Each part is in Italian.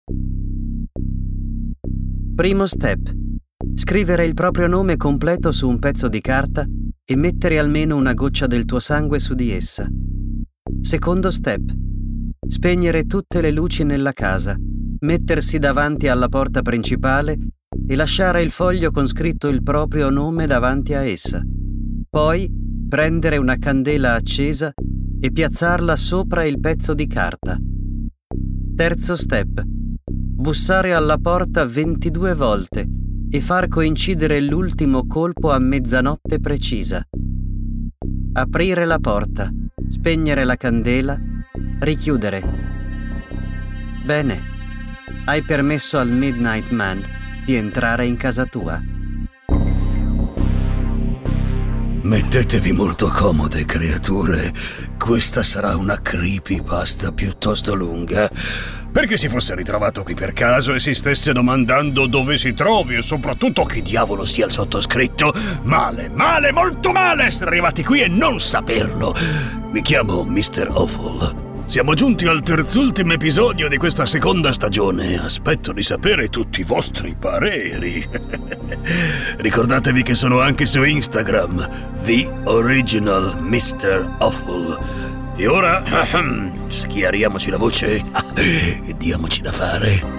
Primo step. Scrivere il proprio nome completo su un pezzo di carta e mettere almeno una goccia del tuo sangue su di essa. Secondo step. Spegnere tutte le luci nella casa, mettersi davanti alla porta principale e lasciare il foglio con scritto il proprio nome davanti a essa. Poi prendere una candela accesa e piazzarla sopra il pezzo di carta. Terzo step. Bussare alla porta 22 volte e far coincidere l'ultimo colpo a mezzanotte precisa. Aprire la porta, spegnere la candela, richiudere. Bene, hai permesso al Midnight Man di entrare in casa tua. Mettetevi molto comode, creature. Questa sarà una creepypasta piuttosto lunga. Per chi si fosse ritrovato qui per caso e si stesse domandando dove si trovi e soprattutto chi diavolo sia il sottoscritto, male, molto male essere arrivati qui e non saperlo. Mi chiamo Mr. Awful. Siamo giunti al terzultimo episodio di questa seconda stagione. Aspetto di sapere tutti i vostri pareri. Ricordatevi che sono anche su Instagram, The Original Mr. Awful. E ora schiariamoci la voce e diamoci da fare.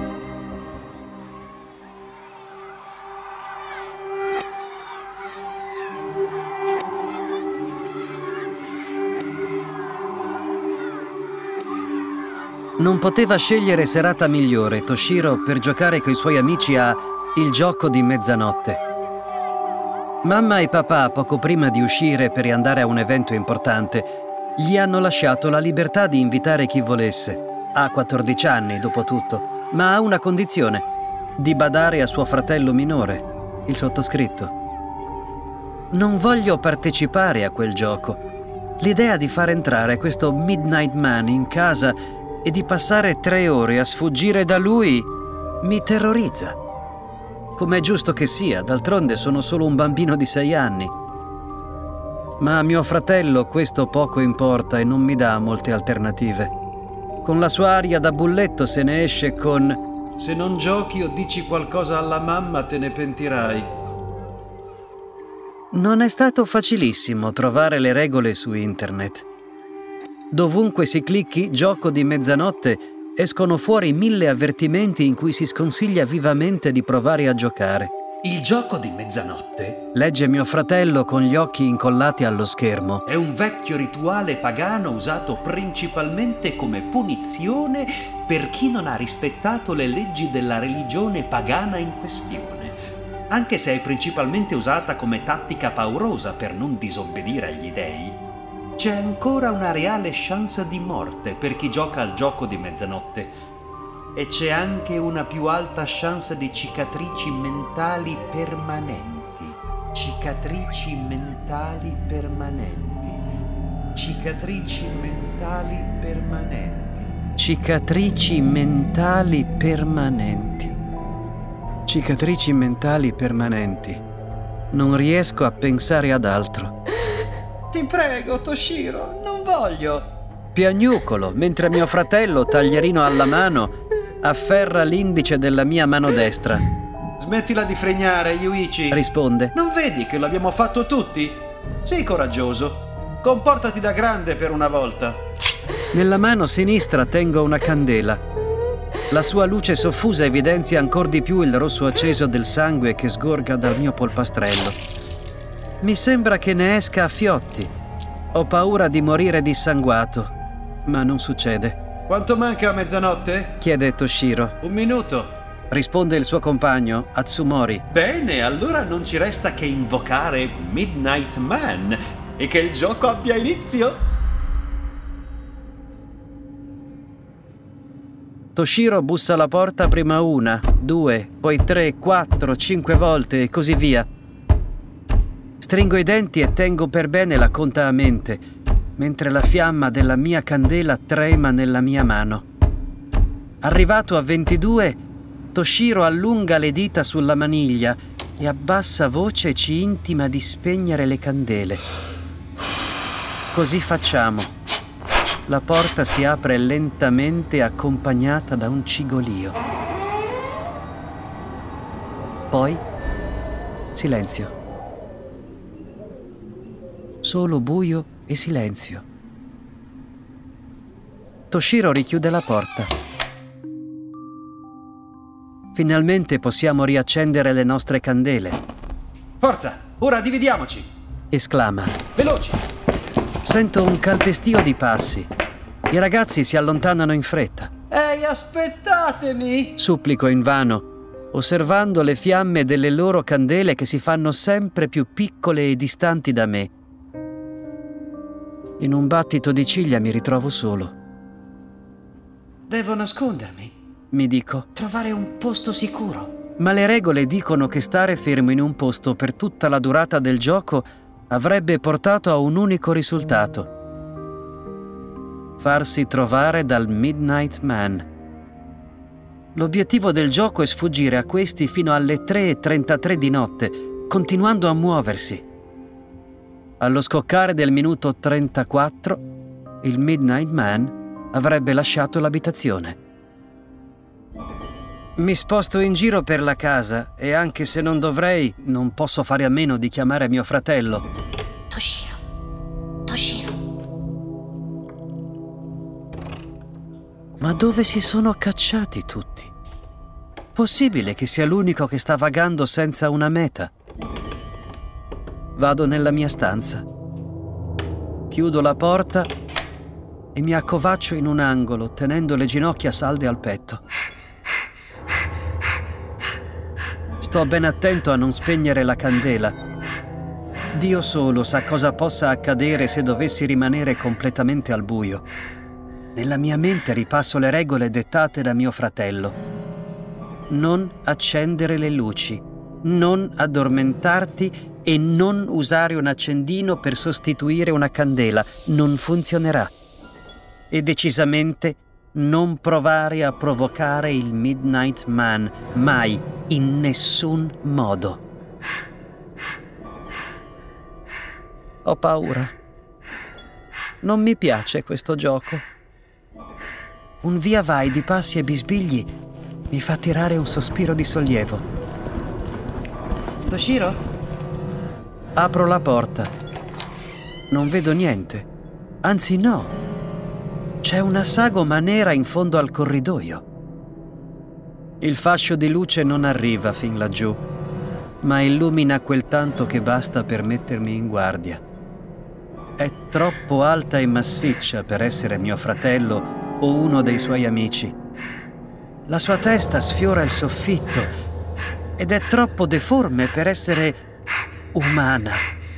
Non poteva scegliere serata migliore Toshiro per giocare coi suoi amici a Il gioco di mezzanotte. Mamma e papà, poco prima di uscire per andare a un evento importante, gli hanno lasciato la libertà di invitare chi volesse. Ha 14 anni, dopo tutto, ma ha una condizione: di badare a suo fratello minore, il sottoscritto. Non voglio partecipare a quel gioco. L'idea di far entrare questo Midnight Man in casa e di passare 3 ore a sfuggire da lui mi terrorizza. Com'è giusto che sia, d'altronde sono solo un bambino di 6 anni. Ma a mio fratello questo poco importa e non mi dà molte alternative. Con la sua aria da bulletto se ne esce con «Se non giochi o dici qualcosa alla mamma te ne pentirai». Non è stato facilissimo trovare le regole su internet. Dovunque si clicchi gioco di mezzanotte escono fuori 1000 avvertimenti in cui si sconsiglia vivamente di provare a giocare. Il gioco di mezzanotte, legge mio fratello con gli occhi incollati allo schermo, è un vecchio rituale pagano usato principalmente come punizione per chi non ha rispettato le leggi della religione pagana in questione, anche se è principalmente usata come tattica paurosa per non disobbedire agli dei. C'è ancora una reale chance di morte per chi gioca al gioco di mezzanotte e c'è anche una più alta chance di cicatrici mentali permanenti. Cicatrici mentali permanenti. Cicatrici mentali permanenti. Cicatrici mentali permanenti. Cicatrici mentali permanenti. Non riesco a pensare ad altro. Ti prego, Toshiro, non voglio. Piagnucolo, mentre mio fratello, taglierino alla mano, afferra l'indice della mia mano destra. Smettila di fregnare, Yuichi. Risponde. Non vedi che lo abbiamo fatto tutti? Sii coraggioso. Comportati da grande per una volta. Nella mano sinistra tengo una candela. La sua luce soffusa evidenzia ancor di più il rosso acceso del sangue che sgorga dal mio polpastrello. Mi sembra che ne esca a fiotti. Ho paura di morire dissanguato, ma non succede. Quanto manca a mezzanotte? Chiede Toshiro. 1 minuto. Risponde il suo compagno, Atsumori. Bene, allora non ci resta che invocare Midnight Man e che il gioco abbia inizio. Toshiro bussa alla porta prima 1, 2, poi 3, 4, 5 volte e così via. Stringo i denti e tengo per bene la conta a mente, mentre la fiamma della mia candela trema nella mia mano. Arrivato a 22, Toshiro allunga le dita sulla maniglia e a bassa voce ci intima di spegnere le candele. Così facciamo. La porta si apre lentamente accompagnata da un cigolio. Poi silenzio. Solo buio e silenzio. Toshiro richiude la porta. Finalmente possiamo riaccendere le nostre candele. Forza, ora dividiamoci! Esclama. Veloci! Sento un calpestio di passi. I ragazzi si allontanano in fretta. Ehi, aspettatemi! Supplico invano, osservando le fiamme delle loro candele che si fanno sempre più piccole e distanti da me. In un battito di ciglia mi ritrovo solo. Devo nascondermi, Mi dico, trovare un posto sicuro. ma le regole dicono che stare fermo in un posto per tutta la durata del gioco avrebbe portato a un unico risultato: farsi trovare dal Midnight Man. L'obiettivo del gioco è sfuggire a questi fino alle 3:33 di notte, continuando a muoversi. Allo scoccare del minuto 34, il Midnight Man avrebbe lasciato l'abitazione. Mi sposto in giro per la casa e anche se non dovrei, non posso fare a meno di chiamare mio fratello. Toshiro, Toshiro. Ma dove si sono cacciati tutti? Possibile che sia l'unico che sta vagando senza una meta? Vado nella mia stanza. Chiudo la porta e mi accovaccio in un angolo, tenendo le ginocchia salde al petto. Sto ben attento a non spegnere la candela. Dio solo sa cosa possa accadere se dovessi rimanere completamente al buio. Nella mia mente ripasso le regole dettate da mio fratello. Non accendere le luci, non addormentarti e non usare un accendino per sostituire una candela. Non funzionerà. E decisamente non provare a provocare il Midnight Man, mai, in nessun modo. Ho paura. Non mi piace questo gioco. Un via vai di passi e bisbigli mi fa tirare un sospiro di sollievo. Toshiro? Apro la porta. Non vedo niente. Anzi no. C'è una sagoma nera in fondo al corridoio. Il fascio di luce non arriva fin laggiù, ma illumina quel tanto che basta per mettermi in guardia. È troppo alta e massiccia per essere mio fratello o uno dei suoi amici. La sua testa sfiora il soffitto ed è troppo deforme per essere umana.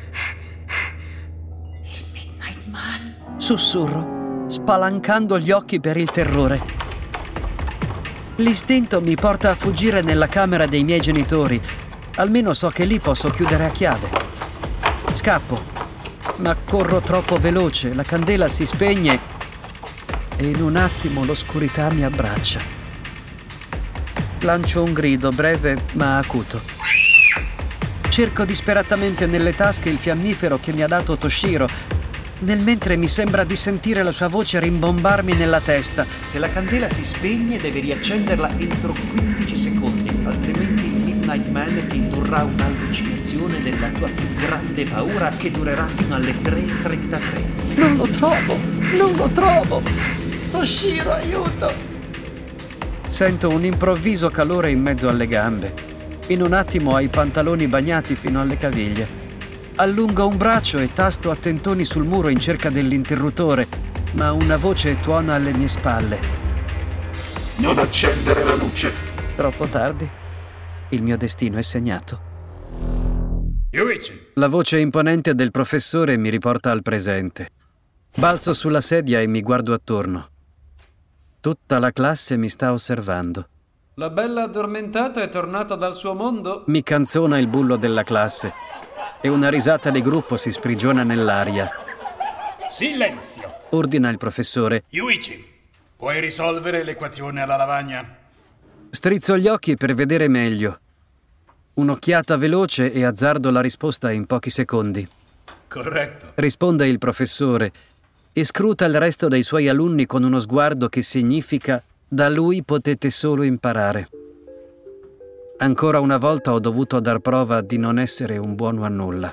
Il Midnight Man. Sussurro, spalancando gli occhi per il terrore. L'istinto mi porta a fuggire nella camera dei miei genitori. Almeno so che lì posso chiudere a chiave. Scappo, ma corro troppo veloce, la candela si spegne e in un attimo l'oscurità mi abbraccia. Lancio un grido breve ma acuto. Cerco disperatamente nelle tasche il fiammifero che mi ha dato Toshiro, nel mentre mi sembra di sentire la sua voce rimbombarmi nella testa. Se la candela si spegne devi riaccenderla entro 15 secondi, altrimenti il Midnight Man ti indurrà un'allucinazione della tua più grande paura che durerà fino alle 3:33. Non lo trovo! Non lo trovo! Toshiro, aiuto! Sento un improvviso calore in mezzo alle gambe. In un attimo ho i pantaloni bagnati fino alle caviglie. Allungo un braccio e tasto a tentoni sul muro in cerca dell'interruttore, ma una voce tuona alle mie spalle. Non accendere la luce. Troppo tardi. Il mio destino è segnato. Yuichi. La voce imponente del professore mi riporta al presente. Balzo sulla sedia e mi guardo attorno. Tutta la classe mi sta osservando. La bella addormentata è tornata dal suo mondo? Mi canzona il bullo della classe e una risata di gruppo si sprigiona nell'aria. Silenzio. Ordina il professore. Yuichi, puoi risolvere l'equazione alla lavagna? Strizzo gli occhi per vedere meglio. Un'occhiata veloce e azzardo la risposta in pochi secondi. Corretto. Risponde il professore e scruta il resto dei suoi alunni con uno sguardo che significa: da lui potete solo imparare. Ancora una volta ho dovuto dar prova di non essere un buono a nulla.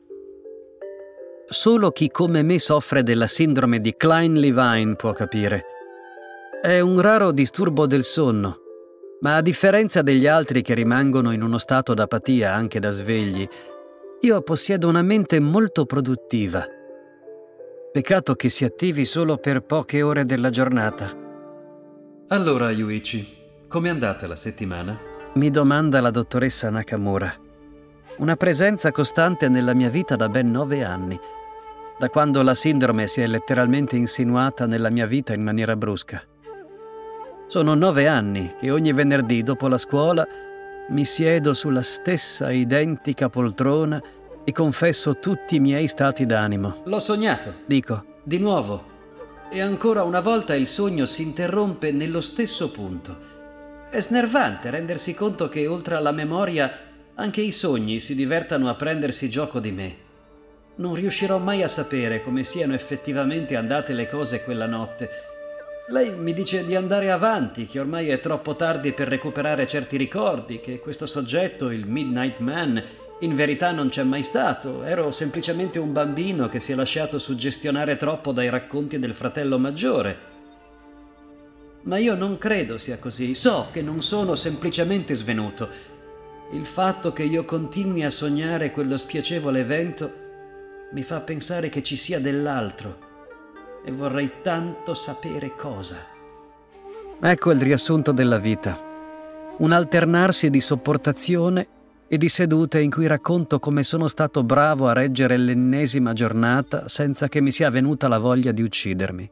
Solo chi come me soffre della sindrome di Klein-Levine può capire. È un raro disturbo del sonno, ma a differenza degli altri che rimangono in uno stato d'apatia anche da svegli, io possiedo una mente molto produttiva. Peccato che si attivi solo per poche ore della giornata. Allora, Yuichi, com'è andata la settimana? Mi domanda la dottoressa Nakamura. Una presenza costante nella mia vita da ben 9 anni, da quando la sindrome si è letteralmente insinuata nella mia vita in maniera brusca. Sono 9 anni che ogni venerdì dopo la scuola mi siedo sulla stessa identica poltrona e confesso tutti i miei stati d'animo. L'ho sognato, Dico, di nuovo. E ancora una volta il sogno si interrompe nello stesso punto. È snervante rendersi conto che oltre alla memoria anche i sogni si divertano a prendersi gioco di me. Non riuscirò mai a sapere come siano effettivamente andate le cose quella notte. Lei mi dice di andare avanti, che ormai è troppo tardi per recuperare certi ricordi, che questo soggetto, il Midnight Man, in verità non c'è mai stato. Ero semplicemente un bambino che si è lasciato suggestionare troppo dai racconti del fratello maggiore. Ma io non credo sia così. So che non sono semplicemente svenuto. Il fatto che io continui a sognare quello spiacevole evento mi fa pensare che ci sia dell'altro e vorrei tanto sapere cosa. ecco il riassunto della vita. Un alternarsi di sopportazione e di sedute in cui racconto come sono stato bravo a reggere l'ennesima giornata senza che mi sia venuta la voglia di uccidermi.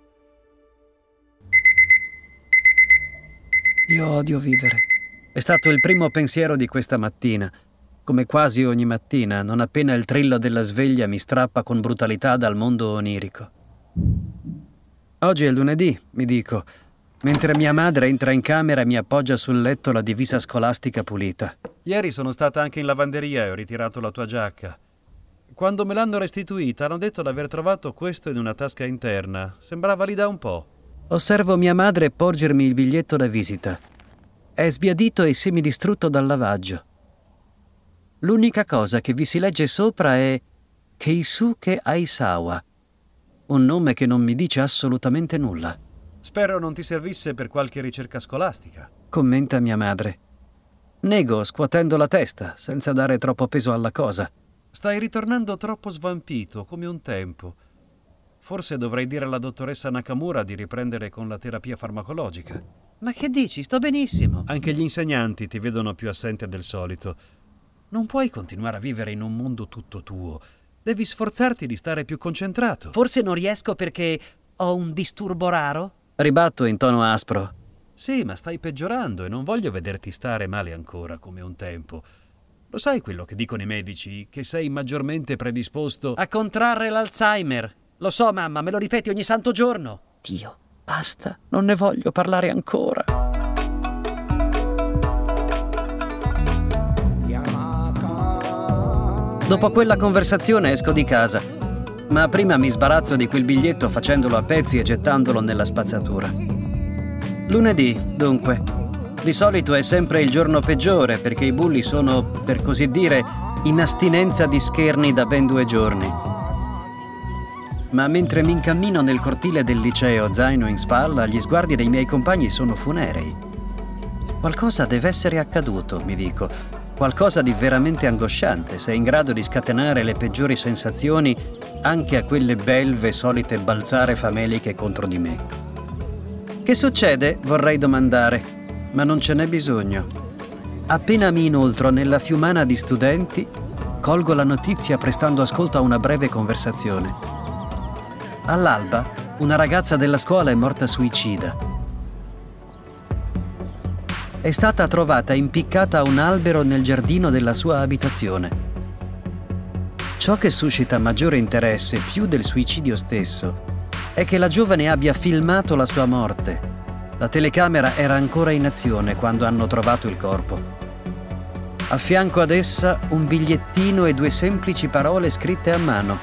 Io odio vivere. È stato il primo pensiero di questa mattina, come quasi ogni mattina, non appena il trillo della sveglia mi strappa con brutalità dal mondo onirico. Oggi è lunedì, mi dico, mentre mia madre entra in camera e mi appoggia sul letto la divisa scolastica pulita. Ieri sono stata anche in lavanderia e ho ritirato la tua giacca. Quando me l'hanno restituita hanno detto d'aver trovato questo in una tasca interna. Sembrava lì da un po'. Osservo mia madre porgermi il biglietto da visita. È sbiadito e semidistrutto dal lavaggio. L'unica cosa che vi si legge sopra è Keisuke Aisawa, un nome che non mi dice assolutamente nulla. Spero non ti servisse per qualche ricerca scolastica, commenta mia madre. Nego scuotendo la testa, senza dare troppo peso alla cosa. Stai ritornando troppo svampito, come un tempo. Forse dovrei dire alla dottoressa Nakamura di riprendere con la terapia farmacologica. Ma che dici? Sto benissimo. Anche gli insegnanti ti vedono più assente del solito. Non puoi continuare a vivere in un mondo tutto tuo. Devi sforzarti di stare più concentrato. Forse non riesco perché ho un disturbo raro? Ribatto in tono aspro. Sì, ma stai peggiorando e non voglio vederti stare male ancora come un tempo. Lo sai quello che dicono i medici? Che sei maggiormente predisposto a contrarre l'Alzheimer. Lo so, mamma, me lo ripeti ogni santo giorno. Dio, basta, non ne voglio parlare ancora. Dopo quella conversazione esco di casa, ma prima mi sbarazzo di quel biglietto facendolo a pezzi e gettandolo nella spazzatura. Lunedì, dunque. Di solito è sempre il giorno peggiore perché i bulli sono, per così dire, in astinenza di scherni da ben 2 giorni. Ma mentre mi incammino nel cortile del liceo, zaino in spalla, gli sguardi dei miei compagni sono funerei. Qualcosa deve essere accaduto, mi dico. Qualcosa di veramente angosciante, se è in grado di scatenare le peggiori sensazioni anche a quelle belve solite balzare fameliche contro di me. Che succede? Vorrei domandare, ma non ce n'è bisogno. Appena mi inoltro nella fiumana di studenti, colgo la notizia prestando ascolto a una breve conversazione. All'alba, una ragazza della scuola è morta suicida. È stata trovata impiccata a un albero nel giardino della sua abitazione. Ciò che suscita maggiore interesse, più del suicidio stesso, è che la giovane abbia filmato la sua morte. La telecamera era ancora in azione quando hanno trovato il corpo. A fianco ad essa un bigliettino e 2 semplici parole scritte a mano.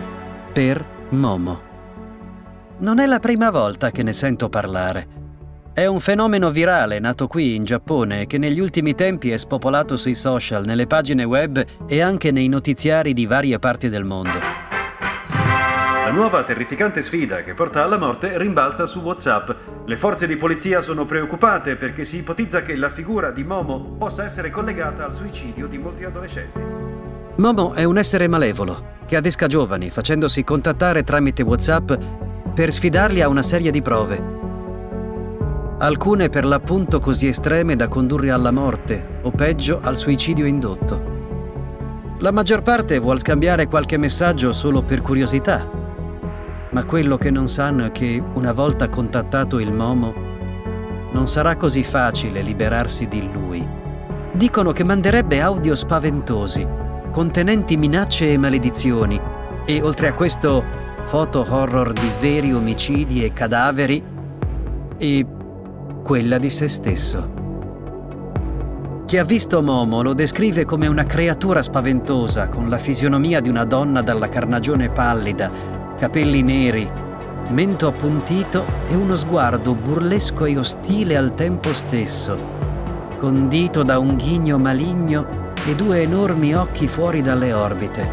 Per Momo. Non è la prima volta che ne sento parlare. È un fenomeno virale nato qui in Giappone che negli ultimi tempi è spopolato sui social, nelle pagine web e anche nei notiziari di varie parti del mondo. La nuova terrificante sfida che porta alla morte rimbalza su WhatsApp. Le forze di polizia sono preoccupate perché si ipotizza che la figura di Momo possa essere collegata al suicidio di molti adolescenti. Momo è un essere malevolo che adesca giovani facendosi contattare tramite WhatsApp per sfidarli a una serie di prove. Alcune per l'appunto così estreme da condurre alla morte o peggio al suicidio indotto. La maggior parte vuol scambiare qualche messaggio solo per curiosità, ma quello che non sanno è che una volta contattato il Momo non sarà così facile liberarsi di lui. Dicono che manderebbe audio spaventosi, contenenti minacce e maledizioni, e oltre a questo foto horror di veri omicidi e cadaveri e quella di se stesso. Chi ha visto Momo lo descrive come una creatura spaventosa con la fisionomia di una donna dalla carnagione pallida, capelli neri, mento appuntito e uno sguardo burlesco e ostile al tempo stesso, condito da un ghigno maligno e due enormi occhi fuori dalle orbite.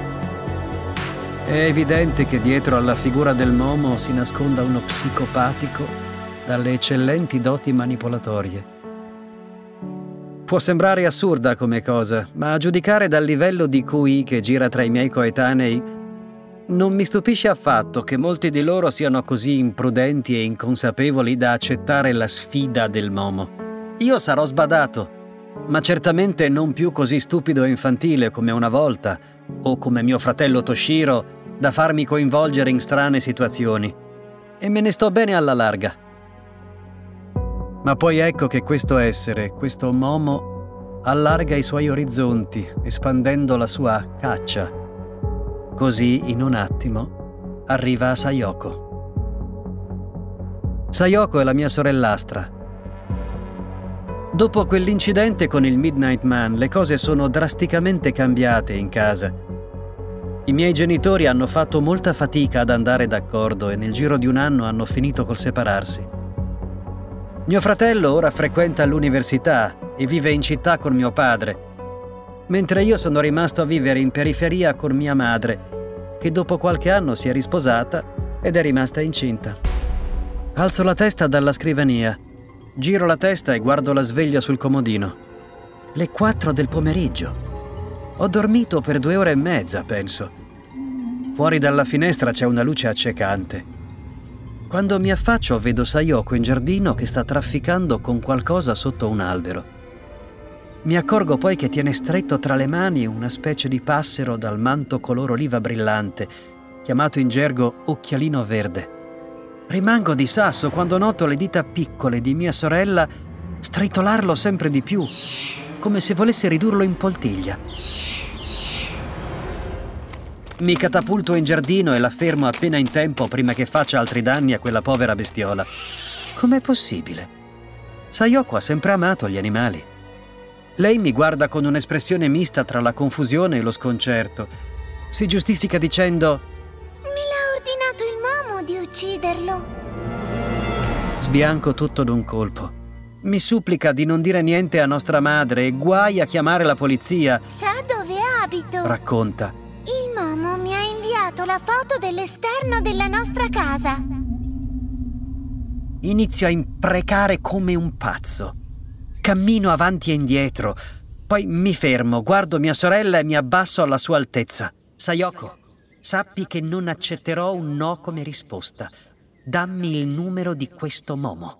È evidente che dietro alla figura del Momo si nasconda uno psicopatico dalle eccellenti doti manipolatorie. Può sembrare assurda come cosa, ma a giudicare dal livello di QI che gira tra i miei coetanei, non mi stupisce affatto che molti di loro siano così imprudenti e inconsapevoli da accettare la sfida del Momo. Io sarò sbadato, ma certamente non più così stupido e infantile come una volta, o come mio fratello Toshiro, da farmi coinvolgere in strane situazioni. E me ne sto bene alla larga. Ma poi ecco che questo essere, questo Momo, allarga i suoi orizzonti, espandendo la sua caccia. Così, in un attimo, arriva a Sayoko. Sayoko è la mia sorellastra. Dopo quell'incidente con il Midnight Man, le cose sono drasticamente cambiate in casa. I miei genitori hanno fatto molta fatica ad andare d'accordo e nel giro di un anno hanno finito col separarsi. Mio fratello ora frequenta l'università e vive in città con mio padre, mentre io sono rimasto a vivere in periferia con mia madre, che dopo qualche anno si è risposata ed è rimasta incinta. Alzo la testa dalla scrivania, giro la testa e guardo la sveglia sul comodino. Le 4 del pomeriggio. Ho dormito per 2 ore e mezza, penso. Fuori dalla finestra c'è una luce accecante. Quando mi affaccio vedo Sayoko in giardino che sta trafficando con qualcosa sotto un albero. Mi accorgo poi che tiene stretto tra le mani una specie di passero dal manto color oliva brillante, chiamato in gergo occhialino verde. Rimango di sasso quando noto le dita piccole di mia sorella stritolarlo sempre di più, come se volesse ridurlo in poltiglia. Mi catapulto in giardino e la fermo appena in tempo prima che faccia altri danni a quella povera bestiola. Com'è possibile? Sayoko ha sempre amato gli animali. Lei mi guarda con un'espressione mista tra la confusione e lo sconcerto. Si giustifica dicendo: Me l'ha ordinato il Momo di ucciderlo. Sbianco tutto d'un colpo. Mi supplica di non dire niente a nostra madre e guai a chiamare la polizia. Sa dove abito? Racconta. Il Momo mi ha inviato la foto dell'esterno della nostra casa. Inizio a imprecare come un pazzo. Cammino avanti e indietro. Poi mi fermo, guardo mia sorella e mi abbasso alla sua altezza. Sayoko, sappi che non accetterò un no come risposta. Dammi il numero di questo Momo.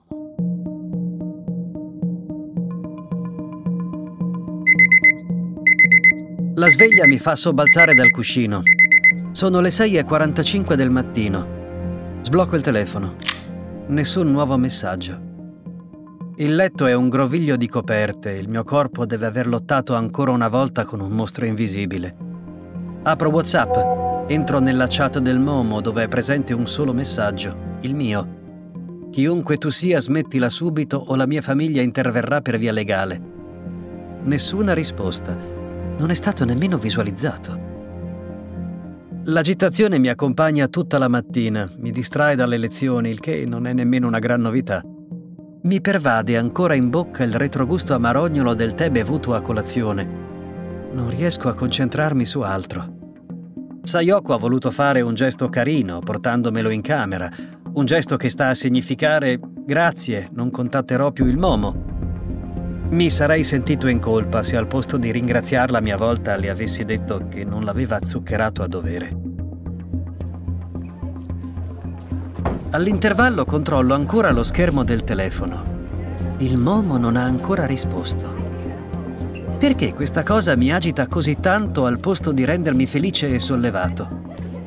La sveglia mi fa sobbalzare dal cuscino. Sono le 6:45 del mattino. Sblocco il telefono. Nessun nuovo messaggio. Il letto è un groviglio di coperte. Il mio corpo deve aver lottato ancora una volta con un mostro invisibile. Apro WhatsApp. Entro nella chat del Momo dove è presente un solo messaggio. Il mio. Chiunque tu sia, smettila subito o la mia famiglia interverrà per via legale. Nessuna risposta. Non è stato nemmeno visualizzato. L'agitazione mi accompagna tutta la mattina, mi distrae dalle lezioni, il che non è nemmeno una gran novità. Mi pervade ancora in bocca il retrogusto amarognolo del tè bevuto a colazione. Non riesco a concentrarmi su altro. Sayoko ha voluto fare un gesto carino, portandomelo in camera, un gesto che sta a significare «grazie, non contatterò più il Momo». Mi sarei sentito in colpa se al posto di ringraziarla a mia volta le avessi detto che non l'aveva zuccherato a dovere. All'intervallo controllo ancora lo schermo del telefono. Il Momo non ha ancora risposto. Perché questa cosa mi agita così tanto al posto di rendermi felice e sollevato?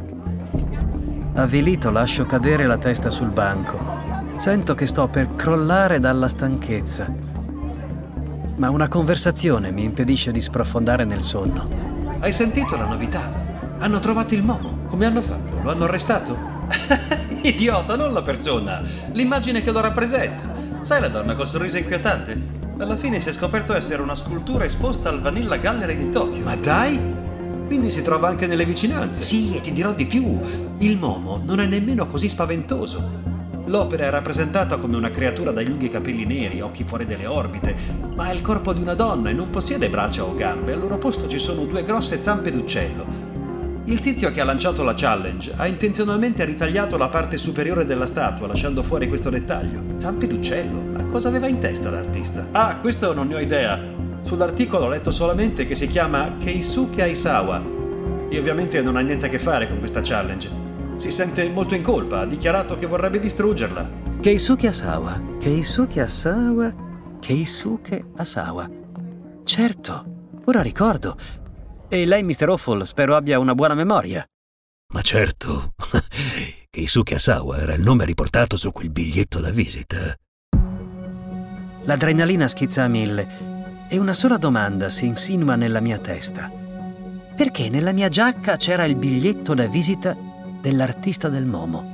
Avvilito lascio cadere la testa sul banco. Sento che sto per crollare dalla stanchezza. Ma una conversazione mi impedisce di sprofondare nel sonno. Hai sentito la novità? Hanno trovato il Momo. Come hanno fatto? Lo hanno arrestato? Idiota, non la persona, l'immagine che lo rappresenta. Sai la donna col sorriso inquietante? Alla fine si è scoperto essere una scultura esposta al Vanilla Gallery di Tokyo. Ma dai! Quindi si trova anche nelle vicinanze. Sì, e ti dirò di più. Il Momo non è nemmeno così spaventoso. L'opera è rappresentata come una creatura dai lunghi capelli neri, occhi fuori dalle orbite, ma ha il corpo di una donna e non possiede braccia o gambe. Al loro posto ci sono 2 grosse zampe d'uccello. Il tizio che ha lanciato la challenge ha intenzionalmente ritagliato la parte superiore della statua, lasciando fuori questo dettaglio. Zampe d'uccello? Ma cosa aveva in testa l'artista? Ah, questo non ne ho idea. Sull'articolo ho letto solamente che si chiama Keisuke Aisawa e ovviamente non ha niente a che fare con questa challenge. Si sente molto in colpa, ha dichiarato che vorrebbe distruggerla. Keisuke Asawa, Keisuke Asawa, Keisuke Asawa. Certo, ora ricordo. E lei, Mr. Awful, spero abbia una buona memoria. Ma certo, Keisuke Asawa era il nome riportato su quel biglietto da visita. L'adrenalina schizza a 1000 e una sola domanda si insinua nella mia testa. Perché nella mia giacca c'era il biglietto da visita dell'artista del Momo?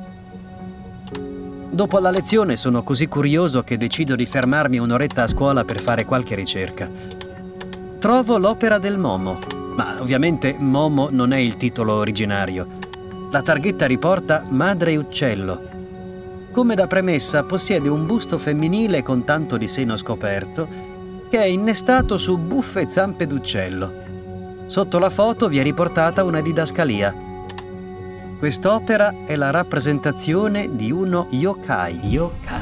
Dopo la lezione sono così curioso che decido di fermarmi un'oretta a scuola per fare qualche ricerca. Trovo l'opera del Momo, ma ovviamente Momo non è il titolo originario. La targhetta riporta Madre Uccello. Come da premessa possiede un busto femminile con tanto di seno scoperto che è innestato su buffe zampe d'uccello. Sotto la foto vi è riportata una didascalia. Quest'opera è la rappresentazione di uno yokai,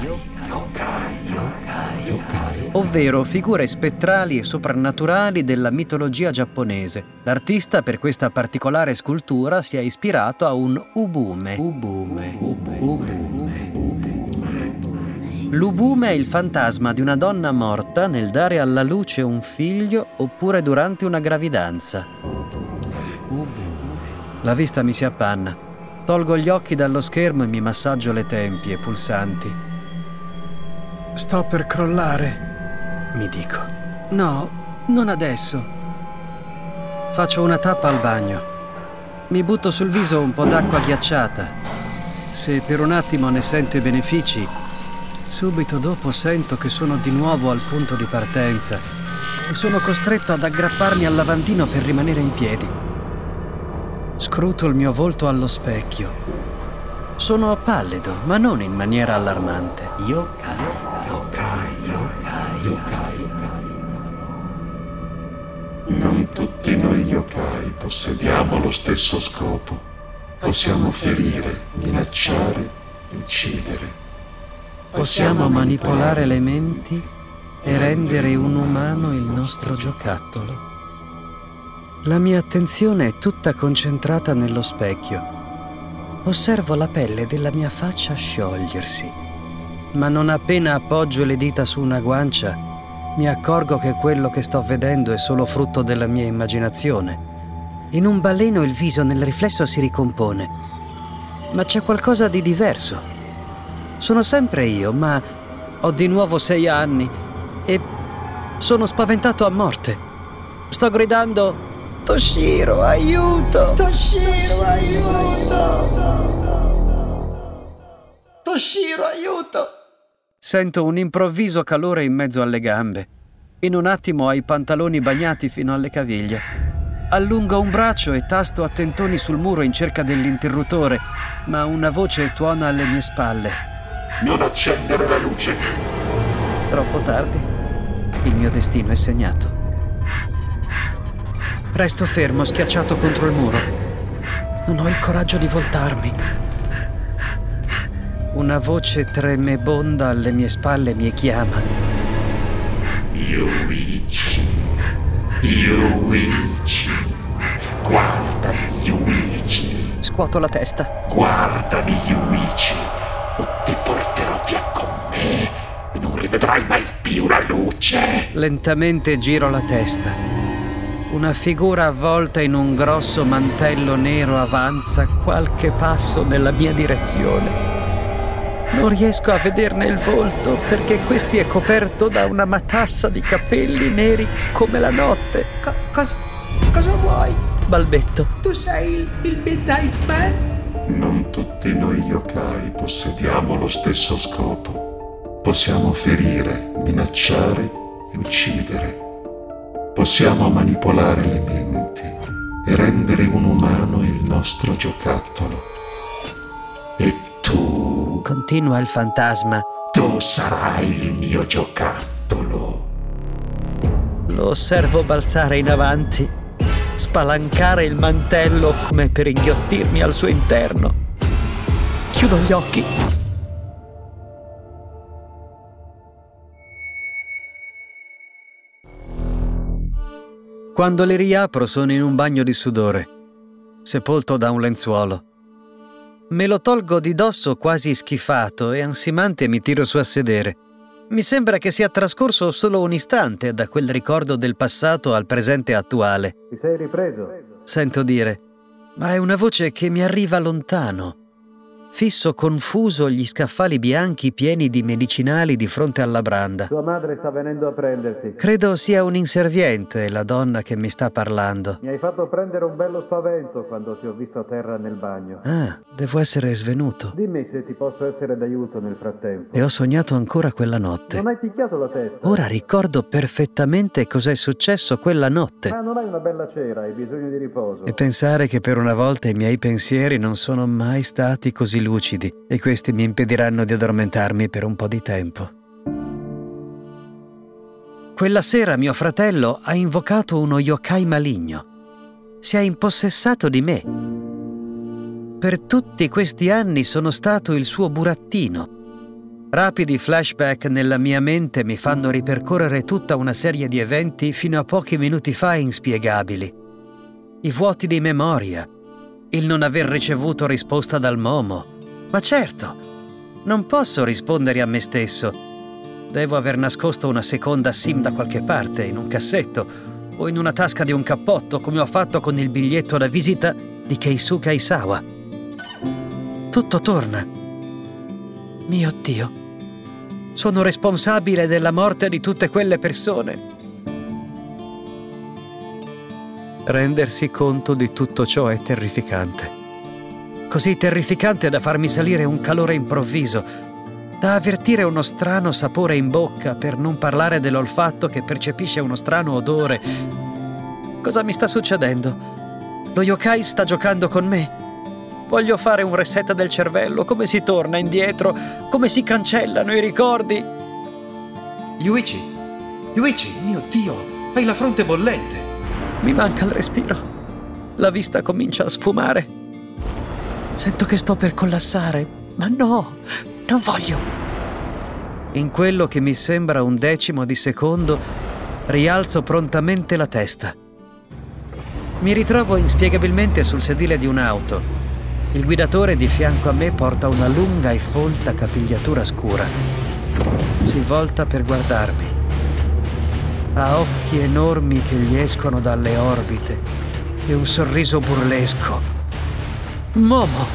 ovvero figure spettrali e soprannaturali della mitologia giapponese. L'artista per questa particolare scultura si è ispirato a un ubume. L'ubume è il fantasma di una donna morta nel dare alla luce un figlio oppure durante una gravidanza. La vista mi si appanna. Tolgo gli occhi dallo schermo e mi massaggio le tempie pulsanti. Sto per crollare, mi dico. No, non adesso. Faccio una tappa al bagno. Mi butto sul viso un po' d'acqua ghiacciata. Se per un attimo ne sento i benefici, subito dopo sento che sono di nuovo al punto di partenza e sono costretto ad aggrapparmi al lavandino per rimanere in piedi. Scruto il mio volto allo specchio. Sono pallido, ma non in maniera allarmante. Non tutti noi yokai possediamo lo stesso scopo. Possiamo ferire, minacciare, uccidere. Possiamo manipolare le menti e rendere un umano il nostro giocattolo. La mia attenzione è tutta concentrata nello specchio. Osservo la pelle della mia faccia sciogliersi, ma non appena appoggio le dita su una guancia, mi accorgo che quello che sto vedendo è solo frutto della mia immaginazione. In un baleno il viso nel riflesso si ricompone, ma c'è qualcosa di diverso. Sono sempre io, ma ho di nuovo 6 anni e sono spaventato a morte. Sto gridando: Toshiro, aiuto! Toshiro, aiuto! Toshiro, aiuto! Sento un improvviso calore in mezzo alle gambe. In un attimo ho i pantaloni bagnati fino alle caviglie. Allungo un braccio e tasto a tentoni sul muro in cerca dell'interruttore, ma una voce tuona alle mie spalle. Non accendere la luce! Troppo tardi. Il mio destino è segnato. Resto fermo, schiacciato contro il muro. Non ho il coraggio di voltarmi. Una voce tremebonda alle mie spalle mi chiama. Yuichi, guardami Yuichi. Scuoto la testa. Guardami Yuichi, o ti porterò via con me e non rivedrai mai più la luce. Lentamente giro la testa. Una figura avvolta in un grosso mantello nero avanza qualche passo nella mia direzione. Non riesco a vederne il volto perché questi è coperto da una matassa di capelli neri come la notte. Cosa vuoi? Balbetto. Tu sei il Midnight Man? Non tutti noi yokai possediamo lo stesso scopo. Possiamo ferire, minacciare e uccidere. Possiamo manipolare le menti e rendere un umano il nostro giocattolo. E tu? Continua il fantasma. Tu sarai il mio giocattolo. Lo osservo balzare in avanti, spalancare il mantello come per inghiottirmi al suo interno. Chiudo gli occhi. Quando li riapro sono in un bagno di sudore, sepolto da un lenzuolo. Me lo tolgo di dosso quasi schifato e ansimante mi tiro su a sedere. Mi sembra che sia trascorso solo un istante da quel ricordo del passato al presente attuale. Ti sei ripreso? Sento dire, ma è una voce che mi arriva lontano. Fisso confuso gli scaffali bianchi pieni di medicinali di fronte alla branda. Tua madre sta venendo a prenderti. Credo sia un inserviente la donna che mi sta parlando. Mi hai fatto prendere un bello spavento quando ti ho visto a terra nel bagno. Ah, devo essere svenuto. Dimmi se ti posso essere d'aiuto nel frattempo. E ho sognato ancora quella notte. Non hai picchiato la testa? Ora ricordo perfettamente cos'è successo quella notte. Ma non hai una bella cera, hai bisogno di riposo. E pensare che per una volta i miei pensieri non sono mai stati così lucidi e questi mi impediranno di addormentarmi per un po' di tempo. Quella sera mio fratello ha invocato uno yokai maligno. Si è impossessato di me. Per tutti questi anni sono stato il suo burattino. Rapidi flashback nella mia mente mi fanno ripercorrere tutta una serie di eventi fino a pochi minuti fa inspiegabili. I vuoti di memoria, il non aver ricevuto risposta dal Momo. Ma certo, non posso rispondere a me stesso. Devo aver nascosto una seconda SIM da qualche parte, in un cassetto, o in una tasca di un cappotto, come ho fatto con il biglietto da visita di Keisuke Aisawa. Tutto torna. Mio Dio, sono responsabile della morte di tutte quelle persone. Rendersi conto di tutto ciò è terrificante. Così terrificante da farmi salire un calore improvviso, da avvertire uno strano sapore in bocca, per non parlare dell'olfatto che percepisce uno strano odore. Cosa mi sta succedendo? Lo yokai sta giocando con me? Voglio fare un reset del cervello, come si torna indietro, come si cancellano i ricordi. Yuichi, mio Dio, hai la fronte bollente. Mi manca il respiro. La vista comincia a sfumare. Sento che sto per collassare, ma no, non voglio. In quello che mi sembra un decimo di secondo, rialzo prontamente la testa. Mi ritrovo inspiegabilmente sul sedile di un'auto. Il guidatore di fianco a me porta una lunga e folta capigliatura scura. Si volta per guardarmi. Ha occhi enormi che gli escono dalle orbite e un sorriso burlesco. Momo!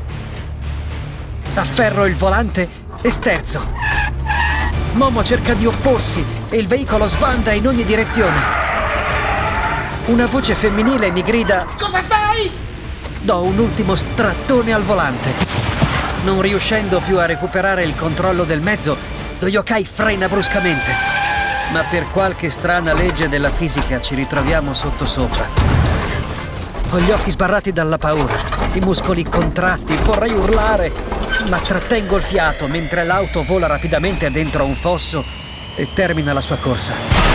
Afferro il volante e sterzo. Momo cerca di opporsi e il veicolo sbanda in ogni direzione. Una voce femminile mi grida: Cosa fai? Do un ultimo strattone al volante. Non riuscendo più a recuperare il controllo del mezzo, lo yokai frena bruscamente. Ma per qualche strana legge della fisica ci ritroviamo sottosopra. Ho gli occhi sbarrati dalla paura, i muscoli contratti, vorrei urlare, ma trattengo il fiato mentre l'auto vola rapidamente dentro un fosso e termina la sua corsa.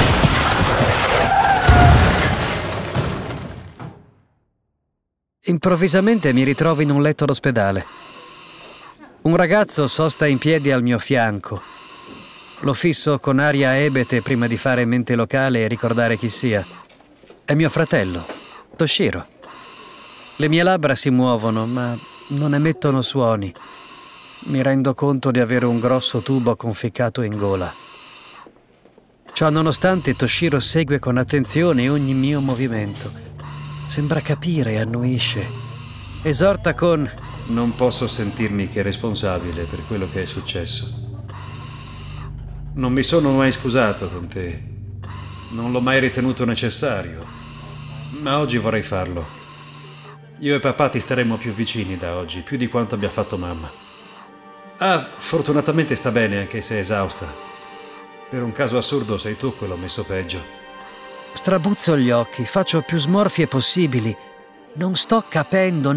Improvvisamente mi ritrovo in un letto d'ospedale. Un ragazzo sosta in piedi al mio fianco. Lo fisso con aria ebete prima di fare mente locale e ricordare chi sia. È mio fratello, Toshiro. Le mie labbra si muovono, ma non emettono suoni. Mi rendo conto di avere un grosso tubo conficcato in gola. Ciò nonostante, Toshiro segue con attenzione ogni mio movimento. Sembra capire e annuisce. Esorta con: non posso sentirmi che responsabile per quello che è successo. Non mi sono mai scusato con te. Non l'ho mai ritenuto necessario. Ma oggi vorrei farlo. Io e papà ti staremo più vicini da oggi, più di quanto abbia fatto mamma. Fortunatamente sta bene, anche se è esausta. Per un caso assurdo sei tu quello messo peggio. Strabuzzo gli occhi, faccio più smorfie possibili. Non sto capendo.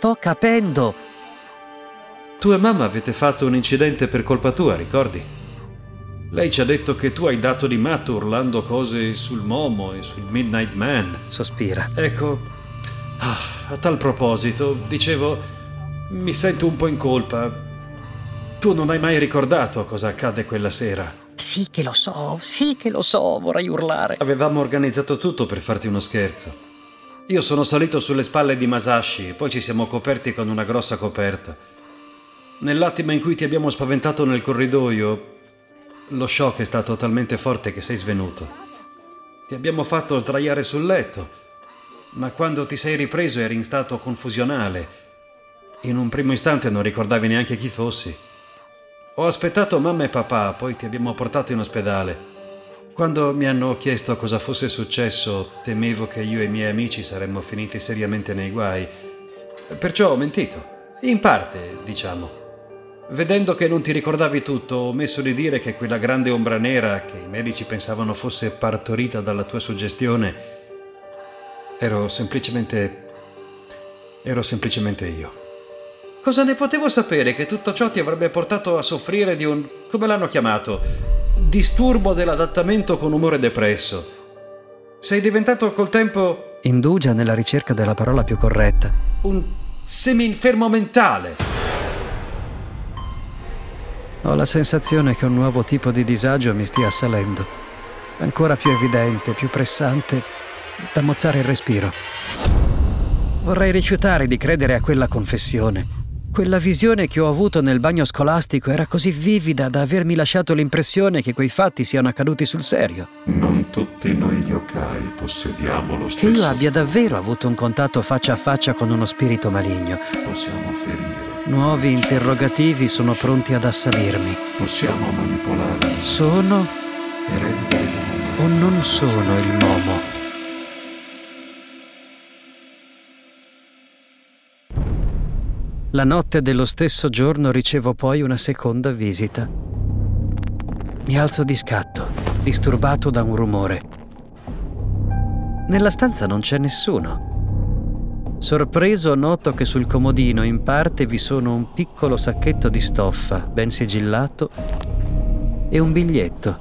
Tu e mamma avete fatto un incidente per colpa tua, ricordi? Lei ci ha detto che tu hai dato di matto urlando cose sul Momo e sul Midnight Man. Sospira. Ecco, a tal proposito, dicevo, mi sento un po' in colpa. Tu non hai mai ricordato cosa accadde quella sera. Sì che lo so, vorrei urlare. Avevamo organizzato tutto per farti uno scherzo. Io sono salito sulle spalle di Masashi e poi ci siamo coperti con una grossa coperta. Nell'attimo in cui ti abbiamo spaventato nel corridoio, lo shock è stato talmente forte che sei svenuto. Ti abbiamo fatto sdraiare sul letto, ma quando ti sei ripreso eri in stato confusionale. In un primo istante non ricordavi neanche chi fossi. Ho aspettato mamma e papà, poi ti abbiamo portato in ospedale. Quando mi hanno chiesto cosa fosse successo, temevo che io e i miei amici saremmo finiti seriamente nei guai. Perciò ho mentito. In parte, diciamo. Vedendo che non ti ricordavi tutto, ho omesso di dire che quella grande ombra nera, che i medici pensavano fosse partorita dalla tua suggestione, ero semplicemente io. Cosa ne potevo sapere che tutto ciò ti avrebbe portato a soffrire di un, come l'hanno chiamato, disturbo dell'adattamento con umore depresso? Sei diventato col tempo... Indugia nella ricerca della parola più corretta. Un semi-infermo mentale. Ho la sensazione che un nuovo tipo di disagio mi stia assalendo. Ancora più evidente, più pressante, da mozzare il respiro. Vorrei rifiutare di credere a quella confessione. Quella visione che ho avuto nel bagno scolastico era così vivida da avermi lasciato l'impressione che quei fatti siano accaduti sul serio. Non tutti noi yokai possediamo lo stesso. Che io abbia davvero avuto un contatto faccia a faccia con uno spirito maligno. Possiamo ferire. Nuovi interrogativi sono pronti ad assalirmi. Possiamo manipolarli. Sono E rendere o non sono il Momo? La notte dello stesso giorno ricevo poi una seconda visita. Mi alzo di scatto, disturbato da un rumore. Nella stanza non c'è nessuno. Sorpreso noto che sul comodino in parte vi sono un piccolo sacchetto di stoffa, ben sigillato, e un biglietto.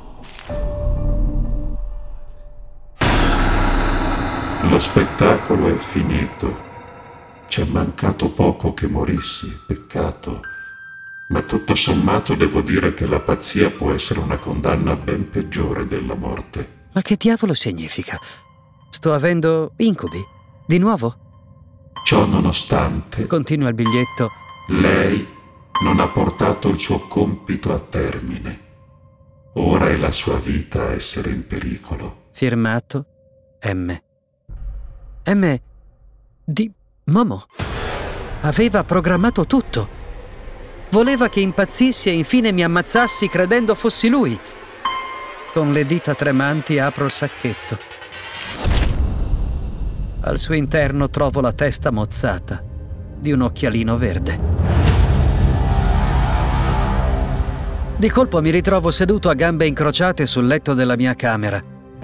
Lo spettacolo è finito. C'è mancato poco che morissi, peccato. Ma tutto sommato devo dire che la pazzia può essere una condanna ben peggiore della morte. Ma che diavolo significa? Sto avendo incubi? Di nuovo? Ciò nonostante, Continua il biglietto. lei non ha portato il suo compito a termine. Ora è la sua vita a essere in pericolo. Firmato M. M di Momo. Aveva programmato tutto. Voleva che impazzissi e infine mi ammazzassi credendo fossi lui. Con le dita tremanti apro il sacchetto. Al suo interno trovo la testa mozzata di un occhialino verde. Di colpo mi ritrovo seduto a gambe incrociate sul letto della mia camera.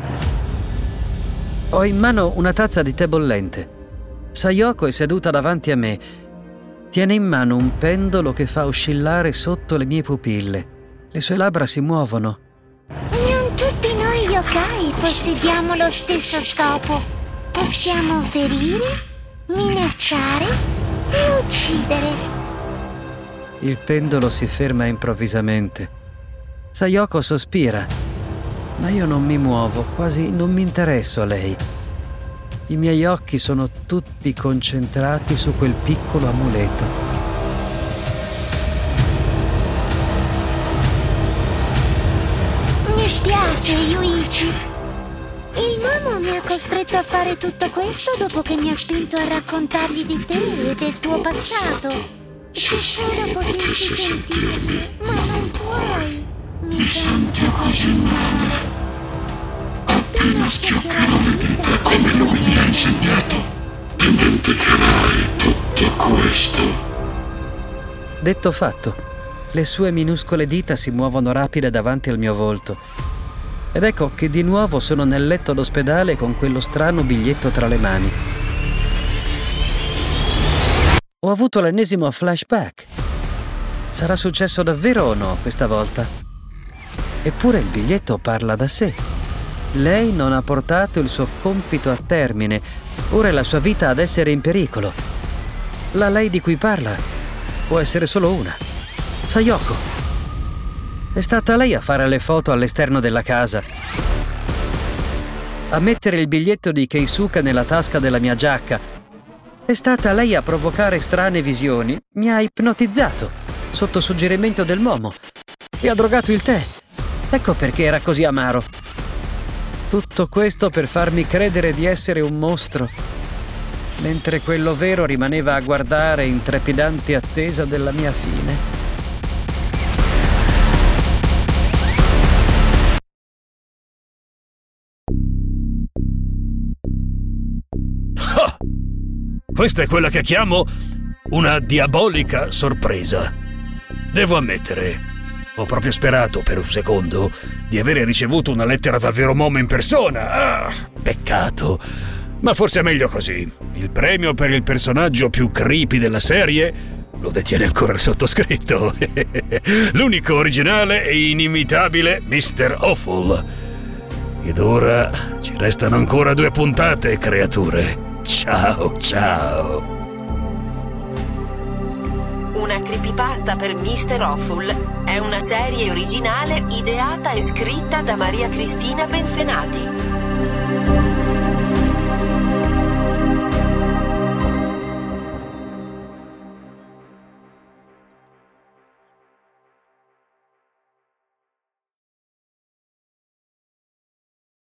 Ho in mano una tazza di tè bollente. Sayoko è seduta davanti a me. Tiene in mano un pendolo che fa oscillare sotto le mie pupille. Le sue labbra si muovono. Non Kai possediamo lo stesso scopo. Possiamo ferire, minacciare e uccidere. Il pendolo si ferma improvvisamente. Sayoko sospira, ma io non mi muovo, quasi non mi interesso a lei. I miei occhi sono tutti concentrati su quel piccolo amuleto. Mi spiace, Yuichi. Il Momo mi ha costretto a fare tutto questo dopo che mi ha spinto a raccontargli di te e del tuo passato. Se solo potessi sentirmi, ma non puoi. Mi sento così male. Appena schioccherò le dita come lui mi ha insegnato, dimenticherai tutto questo. Detto fatto, le sue minuscole dita si muovono rapide davanti al mio volto. Ed ecco che di nuovo sono nel letto d'ospedale con quello strano biglietto tra le mani. Ho avuto l'ennesimo flashback. Sarà successo davvero o no questa volta? Eppure il biglietto parla da sé. Lei non ha portato il suo compito a termine. Ora è la sua vita ad essere in pericolo. La lei di cui parla può essere solo una. Sayoko. È stata lei a fare le foto all'esterno della casa, a mettere il biglietto di Keisuke nella tasca della mia giacca. È stata lei a provocare strane visioni. Mi ha ipnotizzato sotto suggerimento del Momo e ha drogato il tè. Ecco perché era così amaro. Tutto questo per farmi credere di essere un mostro, mentre quello vero rimaneva a guardare in trepidante attesa della mia fine. Ah! Questa è quella che chiamo una diabolica sorpresa. Devo ammettere, ho proprio sperato per un secondo di avere ricevuto una lettera dal vero Momo in persona. Ah, peccato. Ma forse è meglio così. Il premio per il personaggio più creepy della serie lo detiene ancora il sottoscritto. L'unico originale e inimitabile Mr. Awful. Ed ora ci restano ancora 2 puntate, creature. Ciao, ciao. Una creepypasta per Mr. Awful è una serie originale ideata e scritta da Maria Cristina Benfenati.